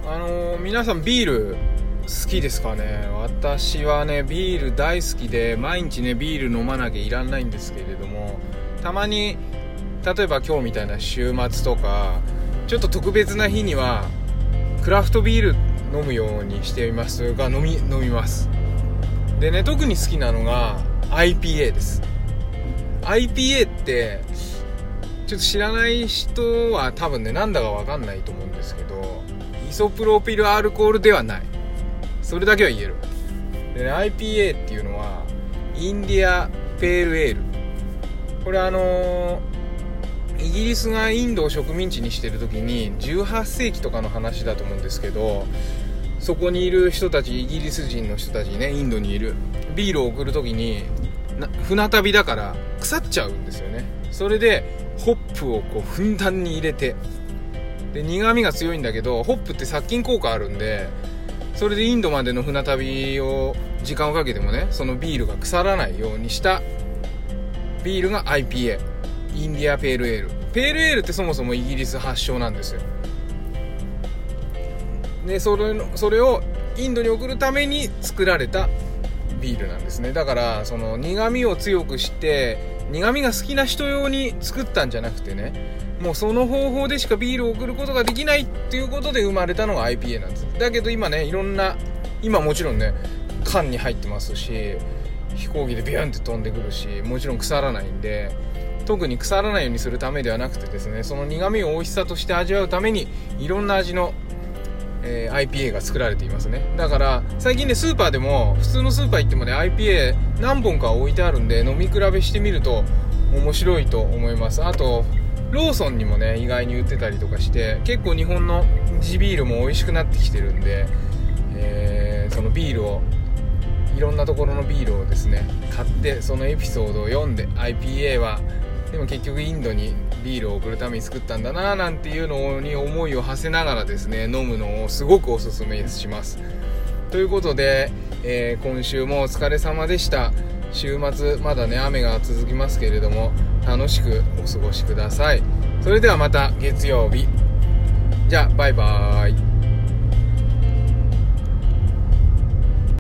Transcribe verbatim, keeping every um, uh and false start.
あのー、皆さんビール好きですかね。私はねビール大好きで、毎日ねビール飲まなきゃいらんないんですけれども、たまに例えば今日みたいな週末とかちょっと特別な日にはクラフトビール飲むようにしていますが飲み飲みますでね、特に好きなのが アイピーエー です。 アイピーエー ってちょっと知らない人は多分ねなんだか分かんないと思うんですけど、イソプロピルアルコールではない、それだけは言える。でね、アイピーエー っていうのはインディアペールエール。これあのー、イギリスがインドを植民地にしてる時にじゅうはっせいきとかの話だと思うんですけど、そこにいる人たち、イギリス人の人たちね、インドにいるビールを送る時にな船旅だから腐っちゃうんですよね。それでホップをこうふんだんに入れて、で苦味が強いんだけどホップって殺菌効果あるんで、それでインドまでの船旅を時間をかけてもね、そのビールが腐らないようにしたビールが アイピーエー、 インディアペールエール。ペールエールってそもそもイギリス発祥なんですよ。でそれのそれをインドに送るために作られたビールなんですね。だからその苦味を強くして苦味が好きな人用に作ったんじゃなくてね、もうその方法でしかビールを送ることができないっていうことで生まれたのが アイピーエー なんです。だけど今ね、いろんな今もちろんね缶に入ってますし、飛行機でビューンって飛んでくるし、もちろん腐らないんで、特に腐らないようにするためではなくてですね、その苦味を美味しさとして味わうためにいろんな味の、えー、アイピーエー が作られていますね。だから最近ねスーパーでも、普通のスーパー行ってもね アイピーエー 何本か置いてあるんで、飲み比べしてみると面白いと思います。あとローソンにもね意外に売ってたりとかして、結構日本の地ビールも美味しくなってきてるんで、えー、そのビールをいろんなところのビールをですね買って、そのエピソードを読んで、 アイピーエー はでも結局インドにビールを送るために作ったんだななんていうのに思いを馳せながらですね飲むのをすごくおすすめします。ということで、えー、今週もお疲れ様でした。週末まだね雨が続きますけれども、楽しくお過ごしください。それではまた月曜日、じゃあバイバーイ。